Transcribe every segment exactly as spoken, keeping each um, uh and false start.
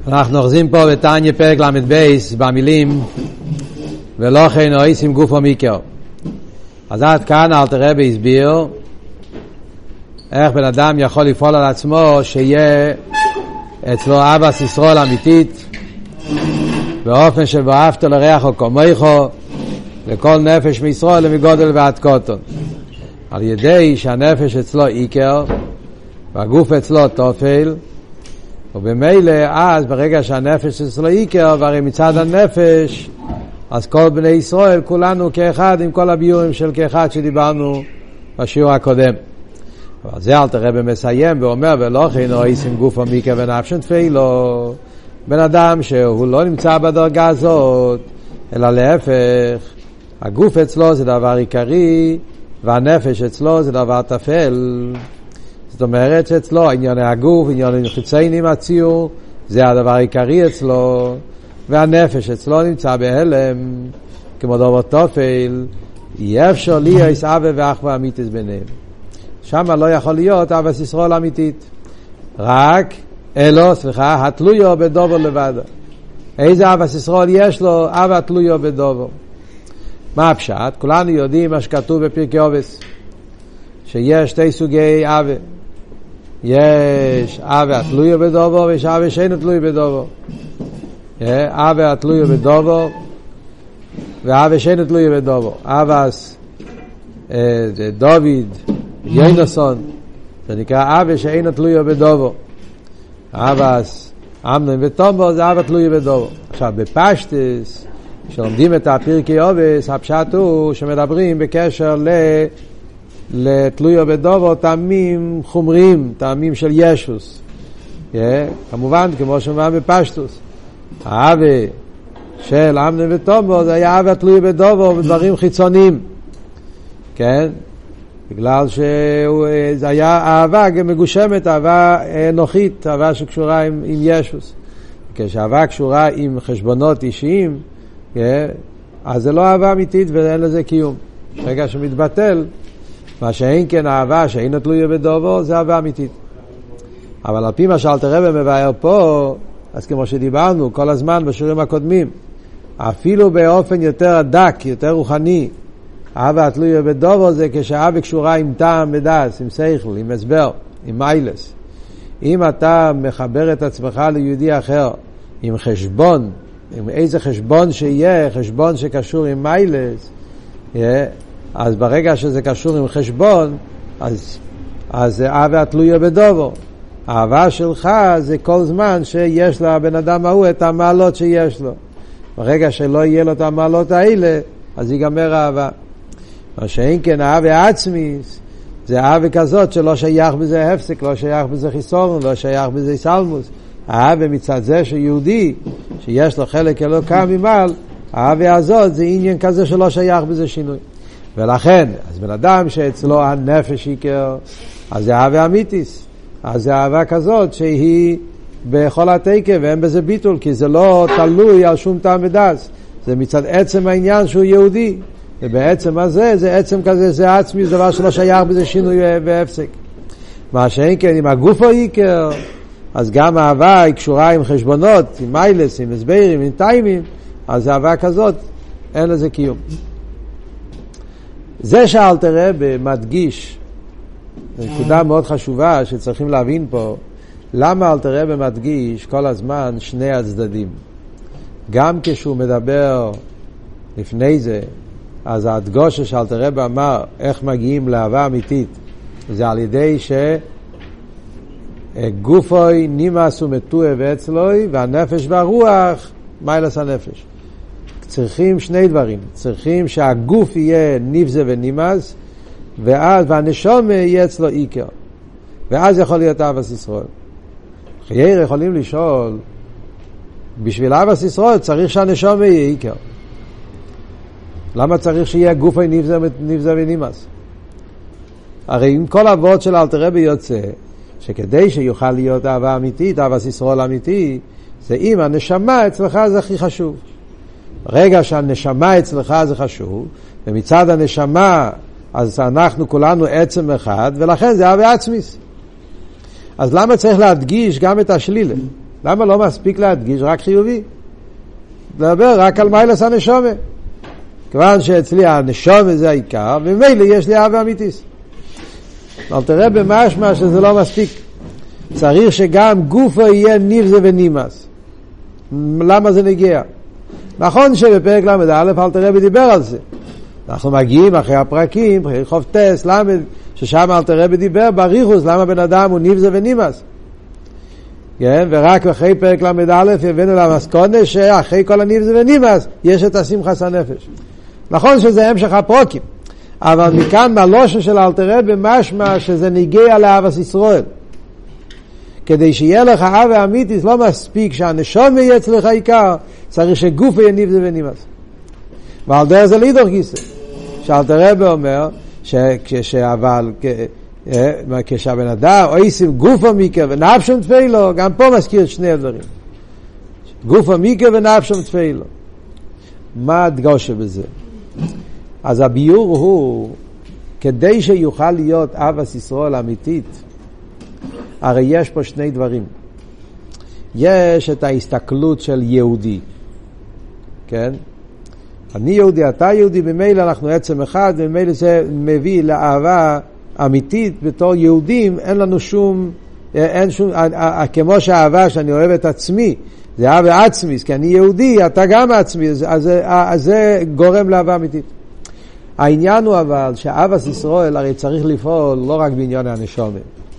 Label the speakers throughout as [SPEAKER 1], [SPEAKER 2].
[SPEAKER 1] אנחנו אוחזים פה בתניא פרק למד בייס במילים ולא כן אויסים גוף המיקר. אז עד כאן אלתר רבי הסביר איך בן אדם יכול לפעול על עצמו שיהיה אצלו אהבת ישראל אמיתית באופן שבאהבת לרעך כמוך לכל נפש מישראל ומגודל ועד קטן, על ידי שהנפש אצלו עיקר והגוף אצלו תופל, ובמילא אז ברגע שהנפש אצלו עיקר והרי מצד הנפש אז כל בני ישראל כולנו כאחד עם כל הביורים של כאחד שדיברנו בשיעור הקודם. אבל זה אלתר רבי מסיים ואומר ולא כן אויסים גוף המיקר ונפש תפילו. בן אדם שהוא לא נמצא בדרגה הזאת אלא להפך, הגוף אצלו זה דבר עיקרי והנפש אצלו זה דבר תפל. זאת אומרת שאצלו עניין הגוף, עניין חיציינים הציור, זה הדבר העיקרי אצלו, והנפש אצלו נמצא בהלם כמו דבר תופל. יהיה אפשר לי אבא ואחווה אמיתית ביניהם, שם לא יכול להיות אהבת ישראל אמיתית, רק אלו, סליחה, התלויו בדובר לבד. איזה אהבת ישראל יש לו? אהבת תלויו בדובר. מה הפשט? כולנו יודעים מה שכתוב בפרקי אובס, שיש שתי סוגי אהבה, יש אהבה התלויו בדובר ויש אהבה שאינו תלוי בדובר. אהבה התלויו בדובר ואהבה שאינו תלוי בדובר. אהבה דוד יונסון זה נקרא אהבה שאינו תלוי בדובר. אהבה אמנון ותומבו זה אהבה תלוי בדובר. עכשיו בפשטס כשלומדים את הפרקי אובס, הפשט הוא שמדברים בקשר ל לתלויו בדובר טעמים חומריים, טעמים של ישוס, yeah, כמובן כמו שאומר בפשטוס האהבה של אמנון ותומבו זה היה אהבה תלוי בדובר בדברים חיצוניים, כן, בגלל שזה היה אהבה מגושמת, אהבה אנוכית, אהבה שקשורה עם, עם ישוס. כשאהבה קשורה עם חשבונות אישיים, yeah, אז זה לא אהבה אמיתית ואין לזה קיום. רגע שמתבטל, מה שאין כן אהבה שאין תלויה בדובר זה אהבה אמיתית. אבל על פי מה שאלתר רבי מבאר פה, אז כמו שדיברנו כל הזמן בשיעורים הקודמים, אפילו באופן יותר דק, יותר רוחני, אהבה תלויה בדובר זה כשאהבה קשורה עם טעם ודס, עם שכל, עם הסבר, עם מיילס. אם אתה מחבר את עצמך ליהודי אחר עם חשבון, עם איזה חשבון שיהיה, חשבון שקשור עם מיילס, יהיה, אז ברגע שזה קשור עם חשבון, אז, אז זה אהבה תלויה בדובר. האהבה שלך זה כל זמן שיש לבן אדם ההוא את המעלות שיש לו. ברגע שלא יהיה לו את המעלות האלה, אז ייגמר האהבה. מה שאין כן אהבה עצמי, זה אהבה כזאת שלא שייך בזה הפסק, לא שייך בזה חיסורון, לא שייך בזה סלמוס. האהבה מצד זה שיהודי, שיש לו חלק אלוקה ממעל, האהבה הזאת זה עניין כזה שלא שייך בזה שינוי. ולכן, אז בן אדם שאצלו הנפש עיקר, אז זה אהבה אמיתיס. אז זה אהבה כזאת שהיא בכל התקף, ואין בזה ביטול, כי זה לא תלוי על שום טעם ודס. זה מצד עצם העניין שהוא יהודי. ובעצם הזה, זה עצם כזה, זה עצמי, זה דבר שלא שייך בזה שינוי והפסק. מה שאין כן, אם הגוף הוא עיקר, אז גם האהבה היא קשורה עם חשבונות, עם מיילס, עם הסברים, עם טיימים, אז אהבה כזאת, אין לזה קיום. זה שאלתר רבי מדגיש, נקודה מאוד חשובה שצריכים להבין פה, למה אלתר רבי מדגיש כל הזמן שני הצדדים. גם כשהוא מדבר לפני זה, אז ההדגושה שאלתר רבי אמר איך מגיעים לאהבה אמיתית, זה על ידי שגופוי נימס ומתועה ואצלוי, והנפש והרוח מיילס הנפש. צריכים שני דברים, צריכים שהגוף יהיה נבזה ונימס, ואז והנשום יהיה אצלו עיקר, ואז יכול להיות אהבת ישראל. חייר יכולים לשאול, בשביל אהבת ישראל צריך שהנשום יהיה עיקר, למה צריך שיהיה גוף נבזה, נבזה ונימס? הרי עם כל אבות של אלתר רבי יוצא שכדי שיוכל להיות אהבה אמיתית, אהבת ישראל אמיתי, זה אם הנשמה אצלך זה הכי חשוב. רגע שהנשמה אצלך זה חשוב, ומצד הנשמה אז אנחנו כולנו עצם אחד, ולכן זה אהבה עצמיס. אז למה צריך להדגיש גם את השלילה? למה לא מספיק להדגיש רק חיובי? לדבר רק על מיילס הנשומה. כיוון שאצלי הנשומה זה העיקר, ומילא יש לי אהבה אמיתיס. אבל תראה במשמע שזה לא מספיק. צריך שגם גופו יהיה נבזה ונימס. למה זה נגיע? נכון שבפרק למד א' אל תראה בדיבר על זה. אנחנו מגיעים אחרי הפרקים, אחרי חוב טס, למד, ששם אל תראה בדיבר בריחוס, למה בן אדם הוא נבזה ונימס. כן? ורק אחרי פרק למד א' הבאנו למסקונה שאחרי כל הנבזה ונימס יש את השמחת הנפש. נכון שזה המשך הפרוקים, אבל מכאן מהלושן של אל תראה במשמע שזה נגיע לאהבת ישראל. כדי שיהיה לך אהבה אמיתית לא מספיק שהנשום יהיה אצלך עיקר, צריך שגוף יהיה נבזה ונימס. ועל דרך זה לידור גיסא שאל תראה באומר שכשאבל כשהבן אדם או איסים גוף המיקר ונפשם תפילו, גם פה מזכיר את שני הדברים, גוף המיקר ונפשם תפילו. מה הדגושה בזה? אז הביור הוא כדי שיוכל להיות אהבת ישראל אמיתית, הרי יש פה שני דברים. יש את ההסתכלות של יהודי, כן? אני יהודי, אתה יהודי, במילא אנחנו עצם אחד, וממילא זה מביא לאהבה אמיתית בתור יהודים. אין לנו שום, אין שום, כמו שהאהבה שאני אוהב את עצמי, זה אהבה עצמי, כי אני יהודי, אתה גם עצמי, אז, אז, אז זה גורם לאהבה אמיתית. העניין הוא אבל שאהבת ישראל הרי צריך לפעול לא רק בעניין הנשמה.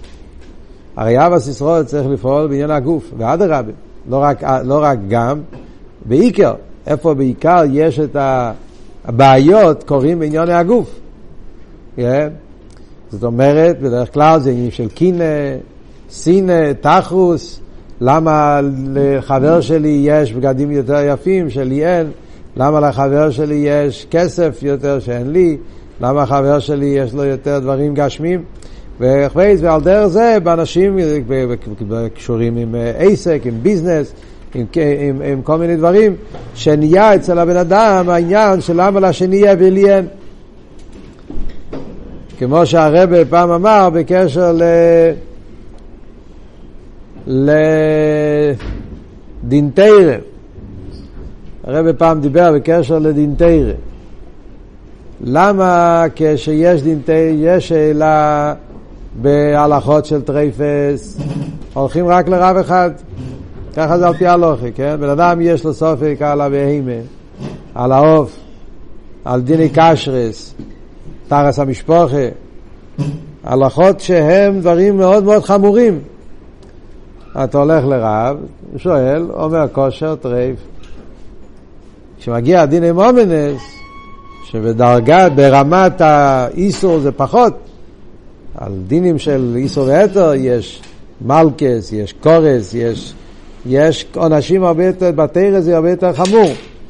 [SPEAKER 1] הרי אהבת ישראל צריך לפעול בעניין הגוף, ואדרבה, לא רק, לא רק גם, בעיקר, איפה בעיקר יש את הבעיות קורים בעניין הגוף. Yeah. זאת אומרת, בדרך כלל זה עניין של קינה, סינה, תחוס, למה לחבר שלי יש בגדים יותר יפים שלי אין, למה לחבר שלי יש כסף יותר שאין לי, למה לחבר שלי יש לו יותר דברים גשמים, וחוויז, ועל דרך זה באנשים קשורים עם עסק, עם ביזנס, עם, עם, עם כל מיני דברים שנהיה אצל הבן אדם העניין של למה לשני יהיה ולי אין, כמו שהרב פעם אמר בקשר ל לדין תורה. הרב פעם דיבר בקשר לדין תורה, למה כשיש דין תורה יש שאלה בהלכות של טרייפס הולכים רק לרב אחד, ככה זה על פי הלוכה, כן? בן אדם יש לו סופק על הבהמה, על העוף, על דיני קשרס, תרס המשפחה, הלכות שהם דברים מאוד מאוד חמורים. אתה הולך לרב, הוא שואל, אומר כושר, טרייף. כשמגיע דיני מומנס, שבדרגה, ברמת האיסור זה פחות, על דינים של איסור ואתר יש מלכס, יש קורס, יש יש אנשים הרבה יותר, בתורה זה הרבה יותר חמור.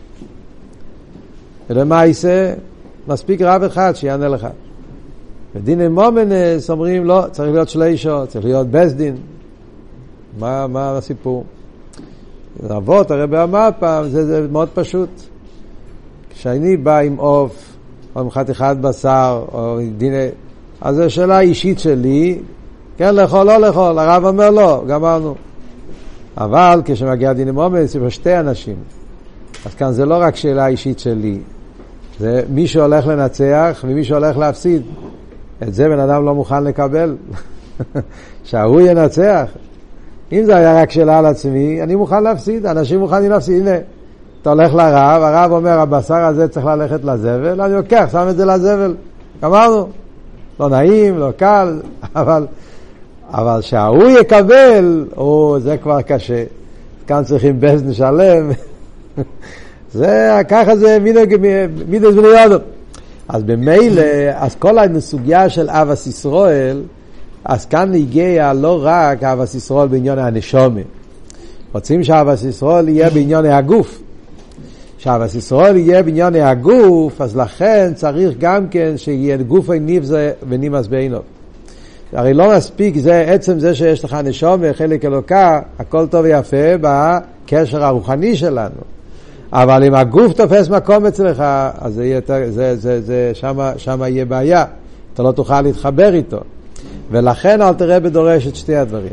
[SPEAKER 1] ולמה יעשה? מספיק רב אחד שיענה לך. בדיני מומנס אומרים לא, צריך להיות שלישו, צריך להיות בסדין. מה, מה הסיפור? רבות, הרב אמר פעם, זה, זה מאוד פשוט. כשאני בא עם עוף, או עם חתיכת בשר, או דיני, אז זו שאלה אישית שלי, כן לאכול, לא לאכול, הרב אומר לא, גמרנו. אבל כשמגיע דיני מומנס, יש שתי אנשים. אז כאן זה לא רק שאלה אישית שלי, זה מי שהולך לנצח ומי שהולך להפסיד. את זה בן אדם לא מוכן לקבל. שהוא ינצח. אם זה היה רק שאלה על עצמי, אני מוכן להפסיד, אנשים מוכנים להפסיד. הנה, אתה הולך לרב, הרב אומר, הבשר הזה צריך ללכת לזבל, אני לוקח, שם את זה לזבל. אמרנו, לא נעים, לא קל, אבל, אבל שההוא יקבל, או, זה כבר קשה. כאן צריכים בזן שלם. זה, ככה זה מידס בני יודו. אז במילא, אז כל הסוגיה של אהבת ישראל, אז כאן הגיע לא רק אהבת ישראל בעניין הנשמה. רוצים שאהבת ישראל יהיה בעניין הגוף. שאהבת ישראל יהיה בעניין הגוף, אז לכן צריך גם כן שיהיה גוף נבזה ונימס בעינו. הרי לא מספיק זה, עצם זה שיש לך נשמה, חלק אלוקה, הכל טוב ויפה בקשר הרוחני שלנו. אבל אם הגוף תופס מקום אצלך, אז זה יהיה, זה, זה, זה, שמה, שמה יהיה בעיה. אתה לא תוכל להתחבר איתו. ולכן אל תראה בדורש את שתי הדברים.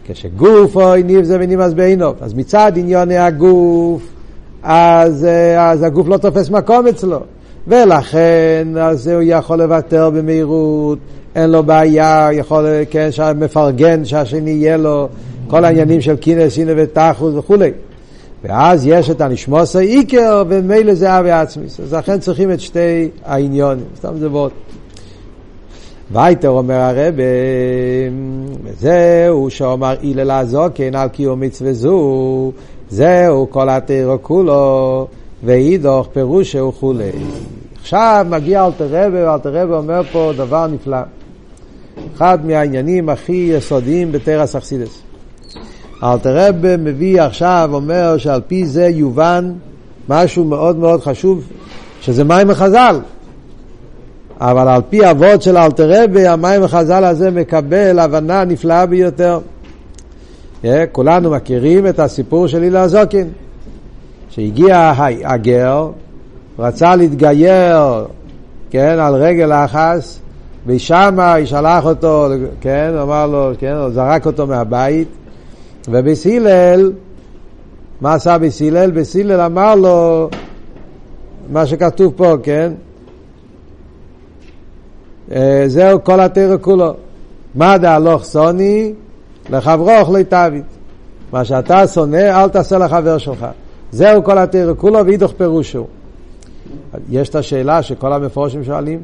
[SPEAKER 1] כשגוף או ניב זה ונימס בעינו, אז מצד עניוני הגוף, אז, אז הגוף לא תופס מקום אצלו, ולכן אז הוא יכול לוותר במהירות, אין לו בעיה, יכול, כן, מפרגן שהשני יהיה לו, כל העניינים של קינס, הנה ותחוס וכו'. ואז יש את הנשמוס העיקר, ומילא זה אבי עצמיס. אז לכן צריכים את שתי העניונים, סתם זה בוט. וייטר אומר הרב, וזהו שאומר אילה לעזוקן על קיום מצווה זו, זהו כל התירו כולו, ואידוך פירוש שהוא חולי. עכשיו מגיע אלתר רבי, ואלתר רבי אומר פה דבר נפלא. אחד מהעניינים הכי יסודיים בתרס אכסידס. אלתר רבי מביא עכשיו, אומר שעל פי זה יובן משהו מאוד מאוד חשוב, שזה מים החז"ל. אבל על פי אבות של אלתר רבי, המים החז"ל הזה מקבל הבנה נפלאה ביותר. כולנו מכירים את הסיפור של אילה זוקין, שהגיע הגר, רצה להתגייר, כן, על רגל האחס, ושמה ישלח אותו, כן, אמר לו, כן, זרק אותו מהבית, ובסילל, מה עשה בסילל? בסילל אמר לו, מה שכתוב פה, כן, זהו כל התורה כולו, מה דהלוך סוני, לחברוך לא תעביד, מה שאתה שונא, אל תעשה לחבר שלך. זהו כל התורה כולו, ואידוך פירושו. יש את השאלה שכל המפורשים שואלים,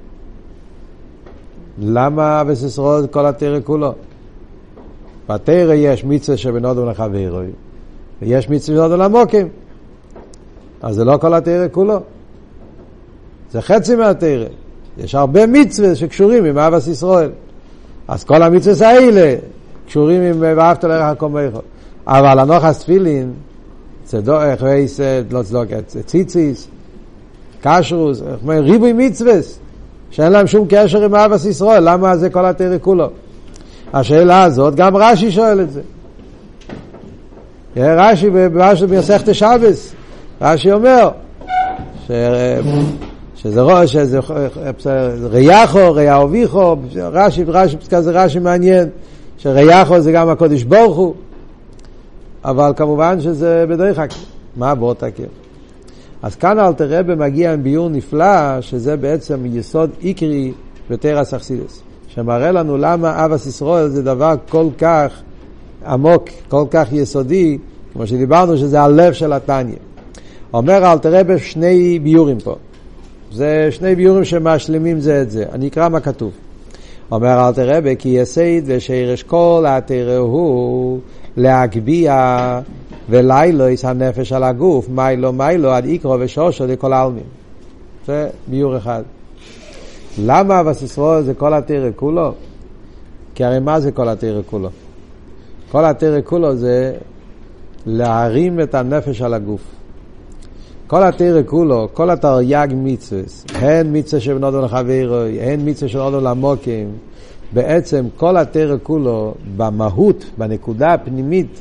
[SPEAKER 1] למה בסיסרו כל התורה כולו? בתורה יש מצווה שבין אדם לחברו, ויש מצווה שבין אדם למוקים. אז זה לא כל התורה כולו. זה חצי מהתורה. יש הרבה מצווה שקשורים עם אהבת ישראל. אז כל המצווה האלה קשורים עם ואהבת לרעך כמוך. אבל הנוחס תפילין, צדוק, חוויס, לא צדוק, ציציס, קשרוס, ריבוי מצווס, שאין להם שום קשר עם אהבת ישראל, למה זה כל התורה כולו? השאלה הזאת, גם רש"י שואל את זה. רש"י במסכת שבס, רש"י אומר, ש... שזה רואה, שזה ריחו, ריאוביחו, רש"י, רש"י, כזה רש"י מעניין, שריחו זה גם הקודש ברוך הוא, אבל כמובן שזה בדרך כלל, מה בוא תכיר? אז כאן אלתר רבי מגיע עם ביור נפלא, שזה בעצם יסוד עיקרי בתרס אכסידס, שמראה לנו למה אהבת ישראל זה דבר כל כך עמוק, כל כך יסודי, כמו שדיברנו שזה הלב של התניא. אומר אלתר רבי שני ביורים פה, זה שני ביורים שמשלימים זה את זה. אני אקרא מה כתוב. אומר אלתר רבי, כי יסייד ושרש כל התורה הוא להגביה ולילויס הנפש על הגוף, מיילו מיילו עד איקרו ושושו לכל העלמין. זה ביור אחד. למה אהבת ישראל זה כל התורה כולו? כי הרי מה זה כל התורה כולו? כל התורה כולו זה להרים את הנפש על הגוף. כל התורה כולו, כל התרי"ג מצוות, הן מצווה שבן אדם לחברו, הן מצווה של אדם למוקים, בעצם כל התורה כולו במהות, בנקודה הפנימית,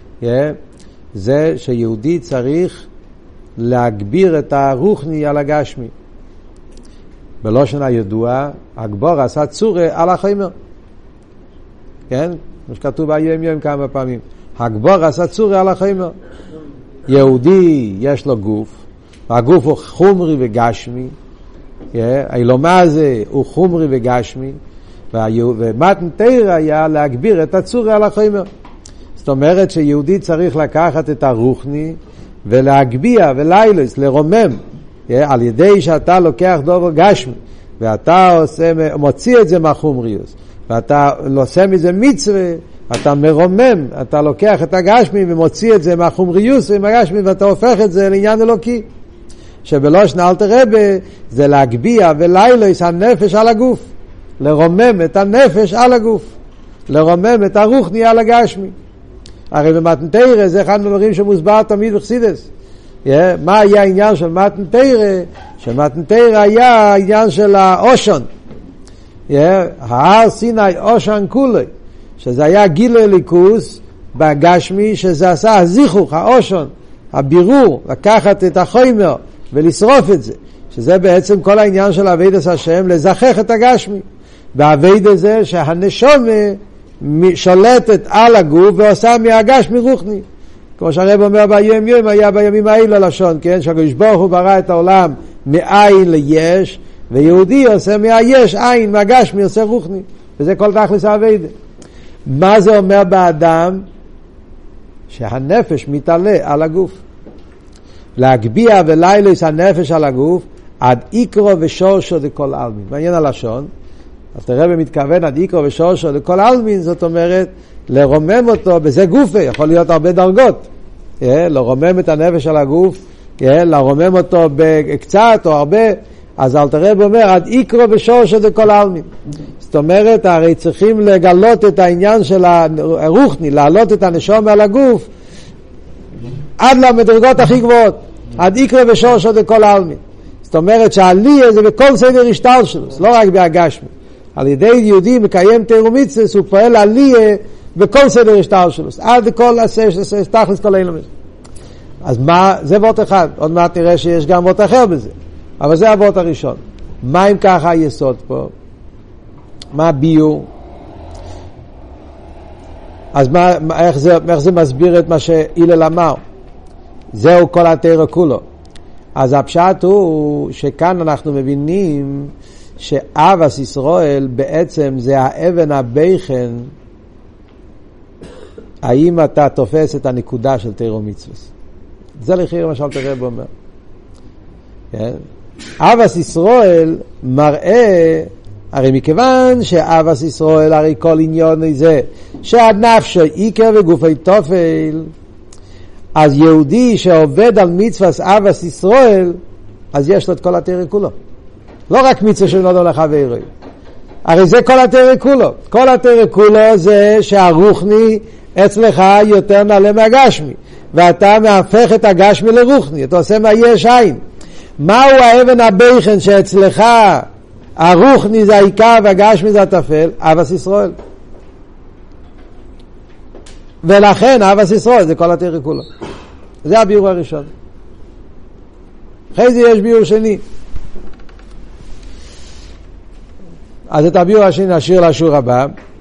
[SPEAKER 1] זה שיהודי צריך להגביר את הרוחני על הגשמי. בלושן הידוע, הגבור עשה צורה על החומר. כן? מה שכתוב ביום יום כמה פעמים. הגבור עשה צורה על החומר. יהודי יש לו גוף, והגוף הוא חומרי וגשמי, האילומה הזה הוא חומרי וגשמי, ומתן תורה היה להגביר את הצורה על החומר. זאת אומרת שיהודי צריך לקחת את הרוחני ולהגביה ולילס, לרומם, על ידי שאתה לוקח דבר גשמי, ואתה עושה, מוציא את זה מהחומריוס, ואתה עושה מזה מצווה, אתה מרומם, אתה לוקח את הגשמי ומוציא את זה מהחומריוס עם הגשמי, ואתה הופך את זה לעניין אלוקי. שבלושן אלתר רבי זה להגביה ולילוס הנפש על הגוף, לרומם את הנפש על הגוף, לרומם את הרוחני על הגשמי. הרי במתן תורה זה אחד מהדברים שמוסבר תמיד בחסידות. Yeah, מה היה העניין של מתן תורה? שמתן תורה היה העניין של האושן. Yeah, ההר סיני אושן כולי, שזה היה גיל הליכוס בגשמי, שזה עשה הזיכוך, האושן, הבירור, לקחת את החומר ולשרוף את זה, שזה בעצם כל העניין של עבודת השם, לזכח את הגשמי. בעבודת זה שהנשמה שולטת על הגוף ועושה מהגשמי רוחני. כמו שהרב אומר ביום יום, היה בימים האלו לשון, כן? שהקדוש ברוך הוא ברא את העולם מאין ליש, ויהודי עושה מהיש עין, מהגשמי עושה רוחני. וזה כל תכלס העבודה. מה זה אומר באדם? שהנפש מתעלה על הגוף. להגביע ולילוס הנפש על הגוף, עד איקרו ושורשו דכל אלמין. מעניין הלשון. אז תראה במתכוון עד איקרו ושורשו דכל אלמין, זאת אומרת, לרומם אותו, בזה גופה, יכול להיות הרבה דרגות. לרומם את הנפש על הגוף, לרומם אותו בקצת או הרבה, אז אל תראה ואומר, עד איקרו ושורשו דכל אלמין. זאת אומרת, הרי צריכים לגלות את העניין של הרוחני, להעלות את הנשום על הגוף, עד למדרגות הכי גבוהות, עד איקרו ושורשו דכל אלמין. זאת אומרת שהעלייה זה בכל סדר השתל שלו, לא רק בהגשמי. על ידי יהודי מקיים תורה ומצוות, הוא פועל עלייה בכל סדר השתל שלו, עד כל תכלס כל אילומס. אז מה, זה וורט אחד, עוד מעט נראה שיש גם וורט אחר בזה, אבל זה הוורט הראשון. מה אם ככה היסוד פה? מה הביור? אז מה, איך זה, איך זה מסביר את מה שאילל אמר? זהו כל התורה כולו. אז הפשט הוא שכאן אנחנו מבינים שאהבת ישראל בעצם זה האבן הבכן, האם אתה תופס את הנקודה של תורה ומצוות. זה לכאורה מה שאלתר רבי אומר. כן? אהבת ישראל מראה, הרי מכיוון שאהבת ישראל הרי כל עניון זה שהנפש עיקר וגופי תופל, אז יהודי שעובד על מצוות אהבת ישראל, אז יש לו את כל התורה כולו. לא רק מצווה שנודע לחברו. הרי זה כל התורה כולו. כל התורה כולו זה שהרוחני אצלך יותר נעלה מהגשמי. ואתה מהפך את הגשמי לרוחני. אתה עושה מהיש עין. מהו האבן הבכן שאצלך הרוחני זה העיקר והגשמי זה התפל? אהבת ישראל. ולכן אהבת ישראל זה כל התורה כולו. זה הביור הראשון. אחרי זה יש ביור שני. אז את הביור השני נשאיר לשיעור הבא.